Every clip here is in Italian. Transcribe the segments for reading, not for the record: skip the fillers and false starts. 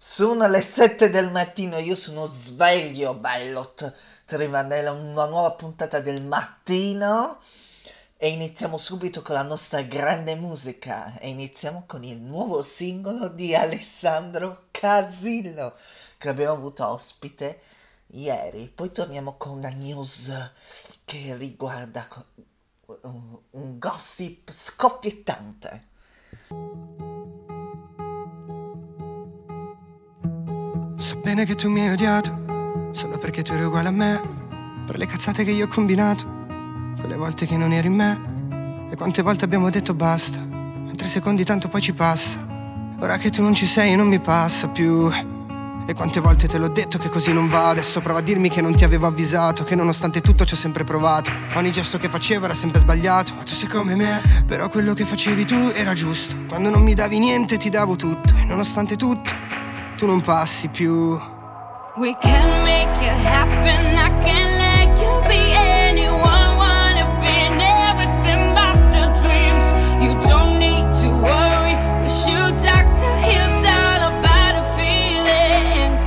Sono le 7 del mattino, io sono sveglio, bello, ti rimane una nuova puntata del mattino e iniziamo subito con la nostra grande musica e iniziamo con il nuovo singolo di Alessandro Casillo che abbiamo avuto ospite ieri. Poi torniamo con una news che riguarda un gossip scoppiettante. So bene che tu mi hai odiato solo perché tu eri uguale a me, per le cazzate che io ho combinato, quelle volte che non eri in me. E quante volte abbiamo detto basta, mentre secondi tanto poi ci passa. Ora che tu non ci sei non mi passa più. E quante volte te l'ho detto che così non va. Adesso prova a dirmi che non ti avevo avvisato, che nonostante tutto ci ho sempre provato. Ogni gesto che facevo era sempre sbagliato, ma tu sei come me. Però quello che facevi tu era giusto. Quando non mi davi niente ti davo tutto, e nonostante tutto tu non passi più. We can make it happen, I can't let you be anyone. Wanna be in everything but the dreams. You don't need to worry, we should talk to heal all about the feelings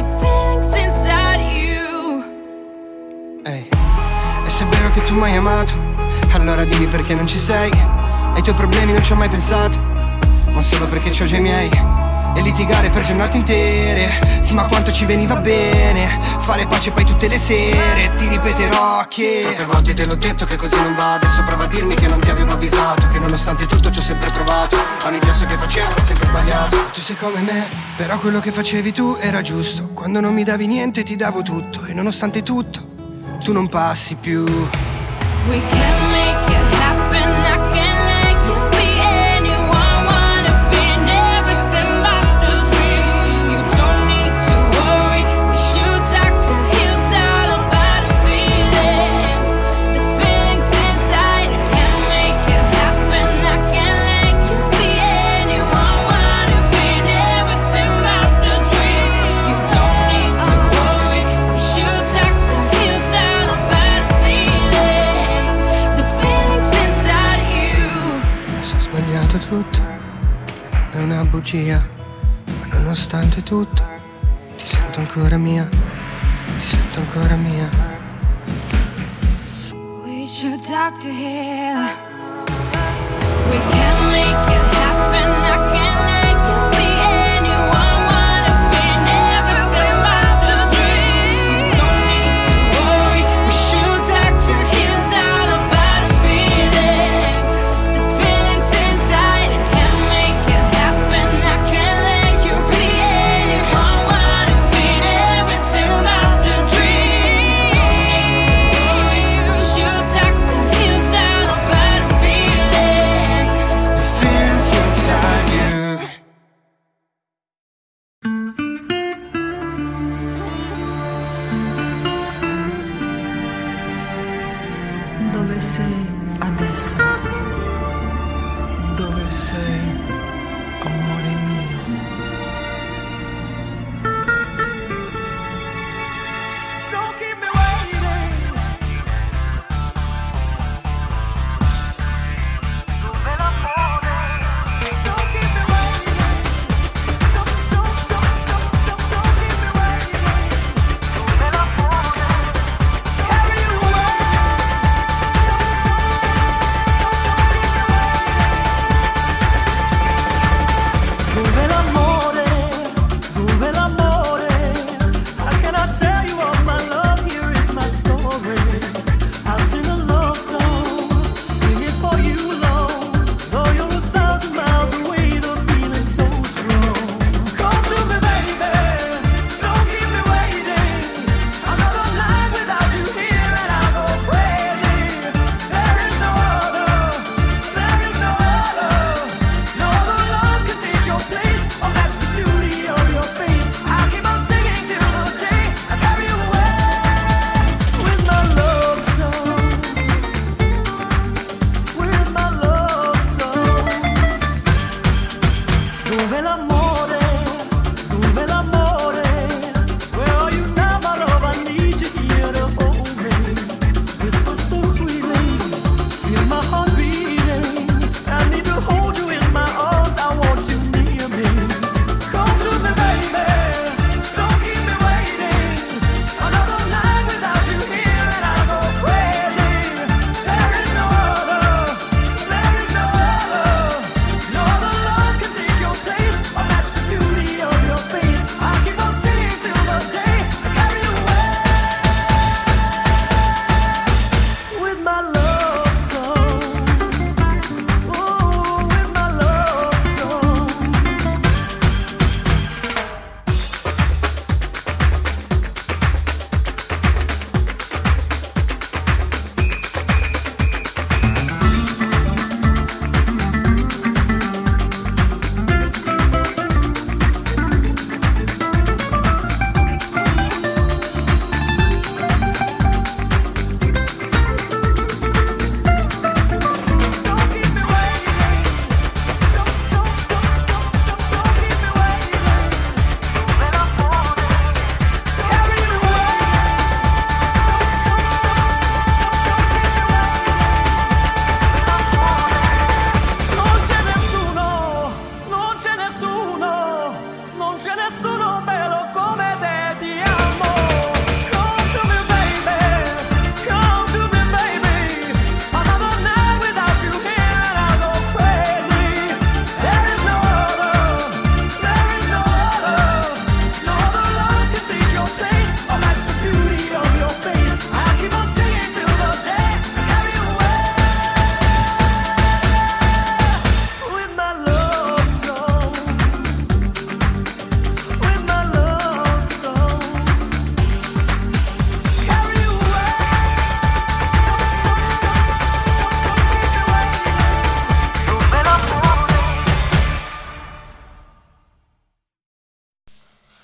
inside you. Ehi, e se è vero che tu mi hai amato, allora dimmi perché non ci sei. Ai tuoi problemi non ci ho mai pensato, ma solo perché c'ho già i miei. E litigare per giornate intere, sì ma quanto ci veniva bene fare pace poi tutte le sere. Ti ripeterò che troppe volte te l'ho detto che così non va. Adesso prova a dirmi che non ti avevo avvisato, che nonostante tutto ci ho sempre provato. Ogni gesto che facevo era sempre sbagliato. Tu sei come me, però quello che facevi tu era giusto. Quando non mi davi niente ti davo tutto, e nonostante tutto tu non passi più. We can make it happen, I can't let you be anyone. Wanna be in everything but the dreams. You don't need to worry, we should talk to heal all about the feelings inside. I can't make it happen, I can't let you be anyone. Wanna be in everything but the dreams. You don't need to worry, we should talk to heal all about the feelings inside you. Se ho sbagliato tutto, non è una bugia, ma nonostante tutto ti sento ancora mia, ti sento ancora mia. We should talk to heal. We can make it happen, I can't let you be anyone. Wanna be in everything but the dreams. You don't need to worry, we should talk to heal all about the feelings inside. I can't make it happen, I can't let you be anyone. Wanna be in everything but the dreams. We should talk to heal all about the feelings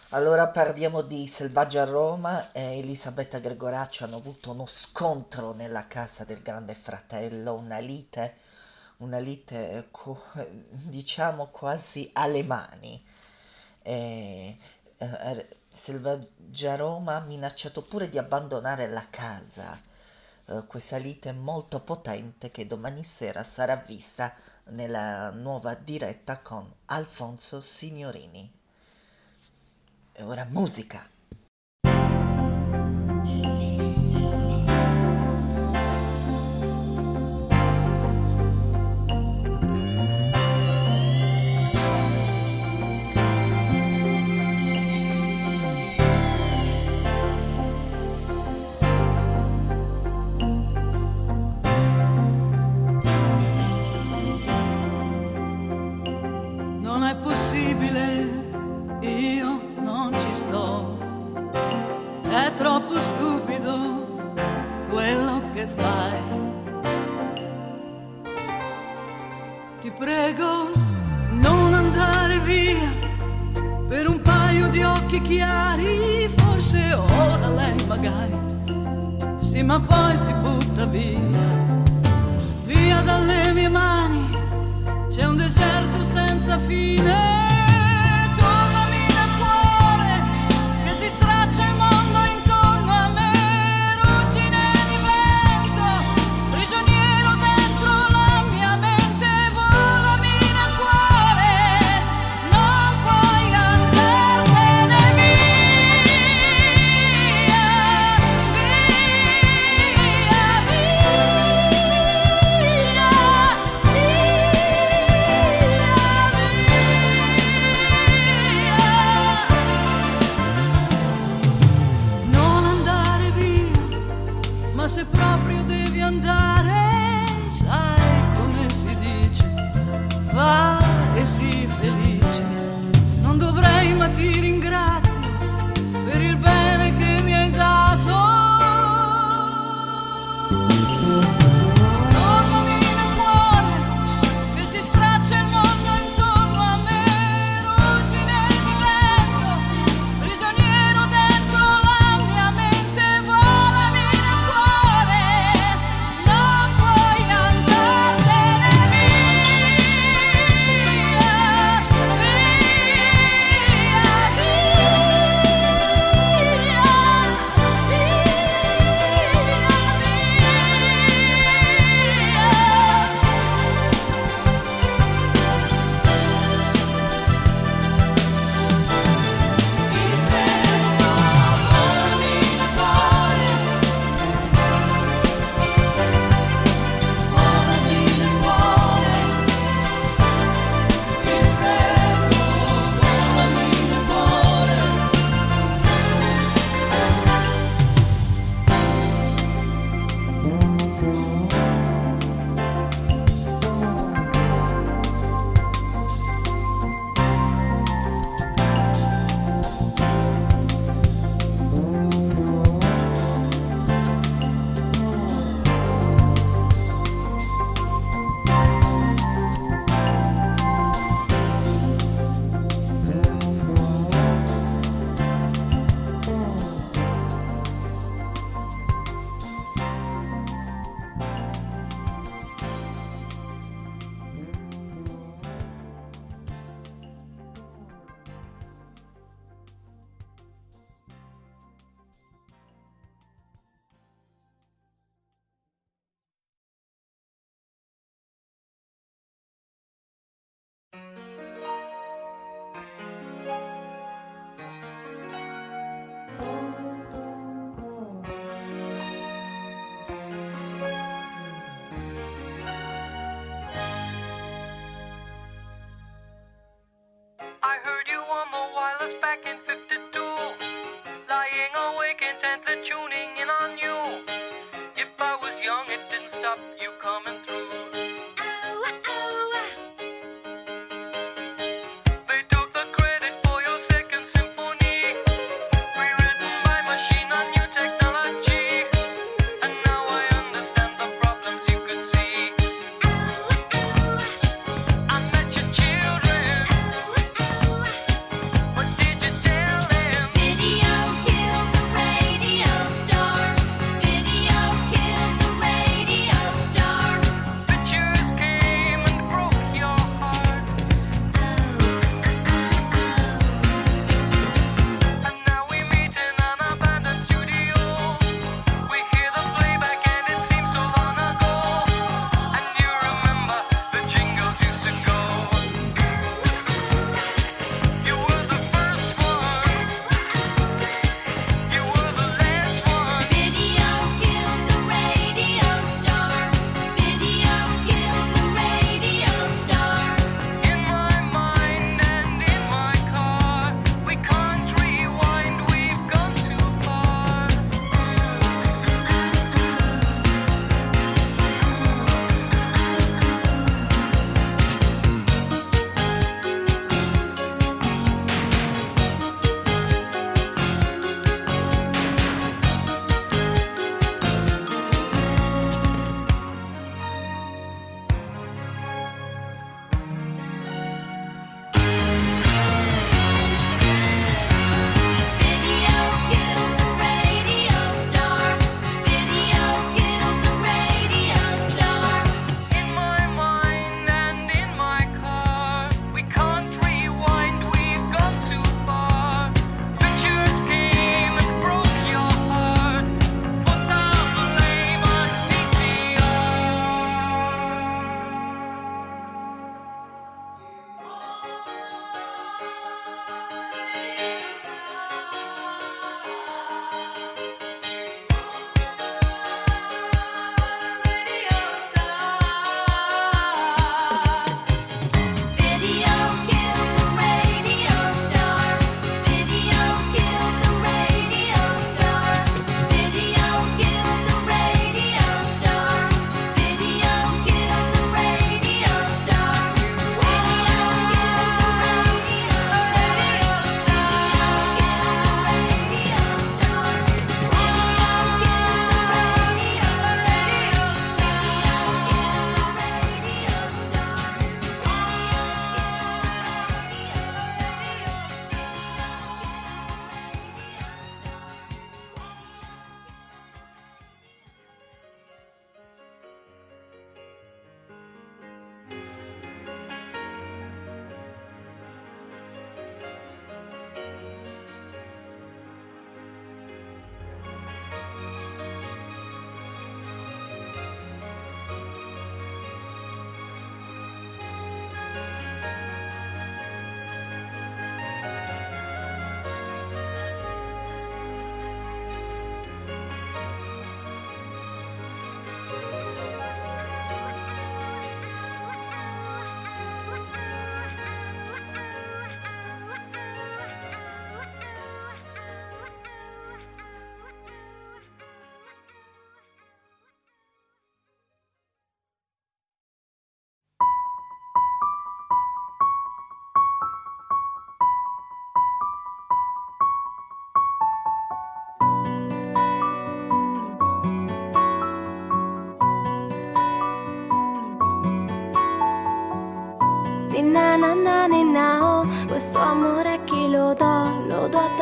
Allora parliamo di Selvaggia Roma e Elisabetta Gregoracci hanno avuto uno scontro nella casa del Grande Fratello, una lite diciamo quasi alle mani. E, Selvaggia Roma ha minacciato pure di abbandonare la casa. Questa lite molto potente che domani sera sarà vista nella nuova diretta con Alfonso Signorini. E ora musica. Non è possibile, io non ci sto. È troppo stupido quello che fai. Ti prego, non andare via per un paio di occhi chiari. Forse ora lei magari sì, ma poi ti butta via. Via dalle mie mani, c'è un deserto senza fine. Tornami nel cuore che si straccia il mondo intorno a me. Ruggine di vento, prigioniero dentro la mia mente. Volami nel cuore, non puoi andartene via, via, via.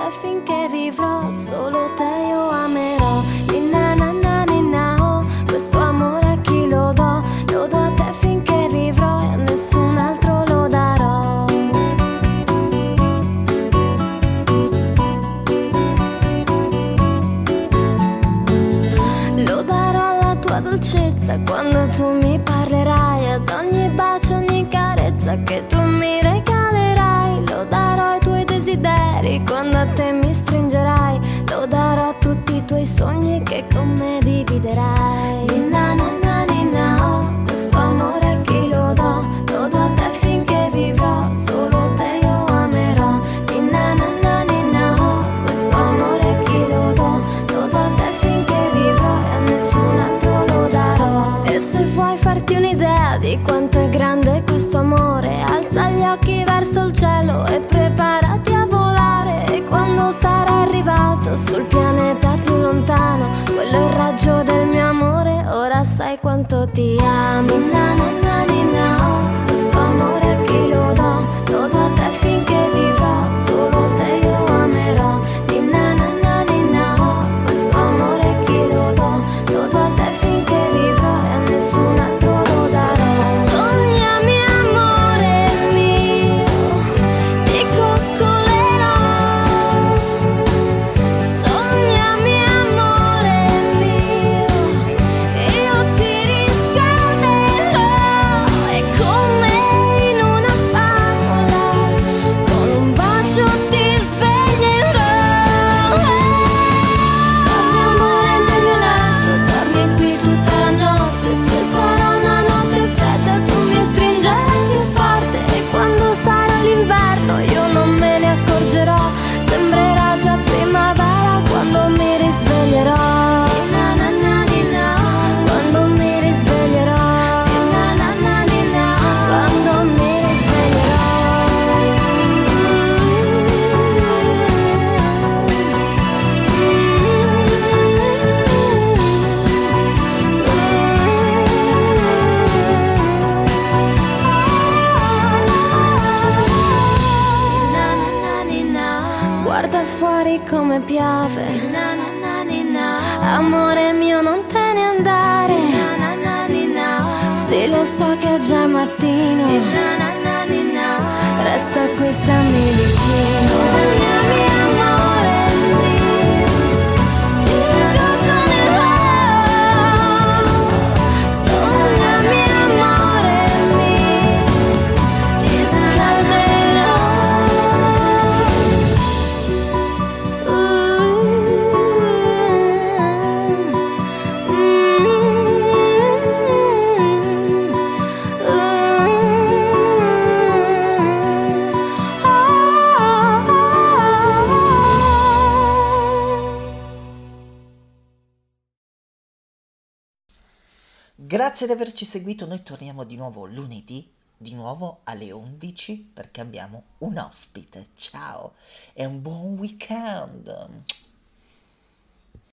te finché vivrò, solo te io amerò. Ninna na na ninna oh, questo amore a chi lo do a te finché vivrò e a nessun altro lo darò. Lo darò alla tua dolcezza quando tu mi parlerai, ad ogni bacio, ogni carezza che tu mi regalerai. Lo darò ai tuoi desideri quando a te mi stringerai, lo darò a tutti i tuoi sogni che con me dividerai. Ninna na na ninna oh, questo amore a chi lo do a te finché vivrò, solo te io amerò. Ninna na na ninna oh, questo amore a chi lo do a te finché vivrò e a nessun altro lo darò. E se vuoi farti un'idea di quanto è grande questo amore, alza gli occhi verso il cielo e preparati a volare. E quando sarà arrivato sul pianeta più lontano, quello è il raggio del mio amore, ora sai quanto ti amo. Ninna na na ninna oh, questo amore a chi lo do a te finché vivrò, solo te io amerò. Ninna na na ninna oh, questo amore a chi lo do a te finché vivrò e a nessun altro lo darò. Sognami amore mio, ti coccolerò. Sognami amore mio, io ti riscalderò. E come in una favola, con un bacio ti sveglierò. Dammi amore nel mio letto, darmi qui tutta la notte. Se sarà una notte fredda tu mi stringerai più forte. E quando sarà l'inverno io non me ne accorgerò, sembrerà già primavera quando mi risveglierò. Ninna na na ninna oh, quando mi risveglierò. Ninna na na ninna oh, quando mi risveglierò. Ninna na na ninna oh, guarda fuori come piove. Ninna na na ninna oh, amore mio non te ne andare. Ninna na na ninna oh, sì lo so che è già mattino. Ninna na na ninna oh, resta qui, stammi vicino. Sognami amore mio, ti coccolerò. Sognami amore mio, ti scalderò. Grazie di averci seguito, noi torniamo di nuovo lunedì, di nuovo alle 11 perché abbiamo un ospite. Ciao e un buon weekend.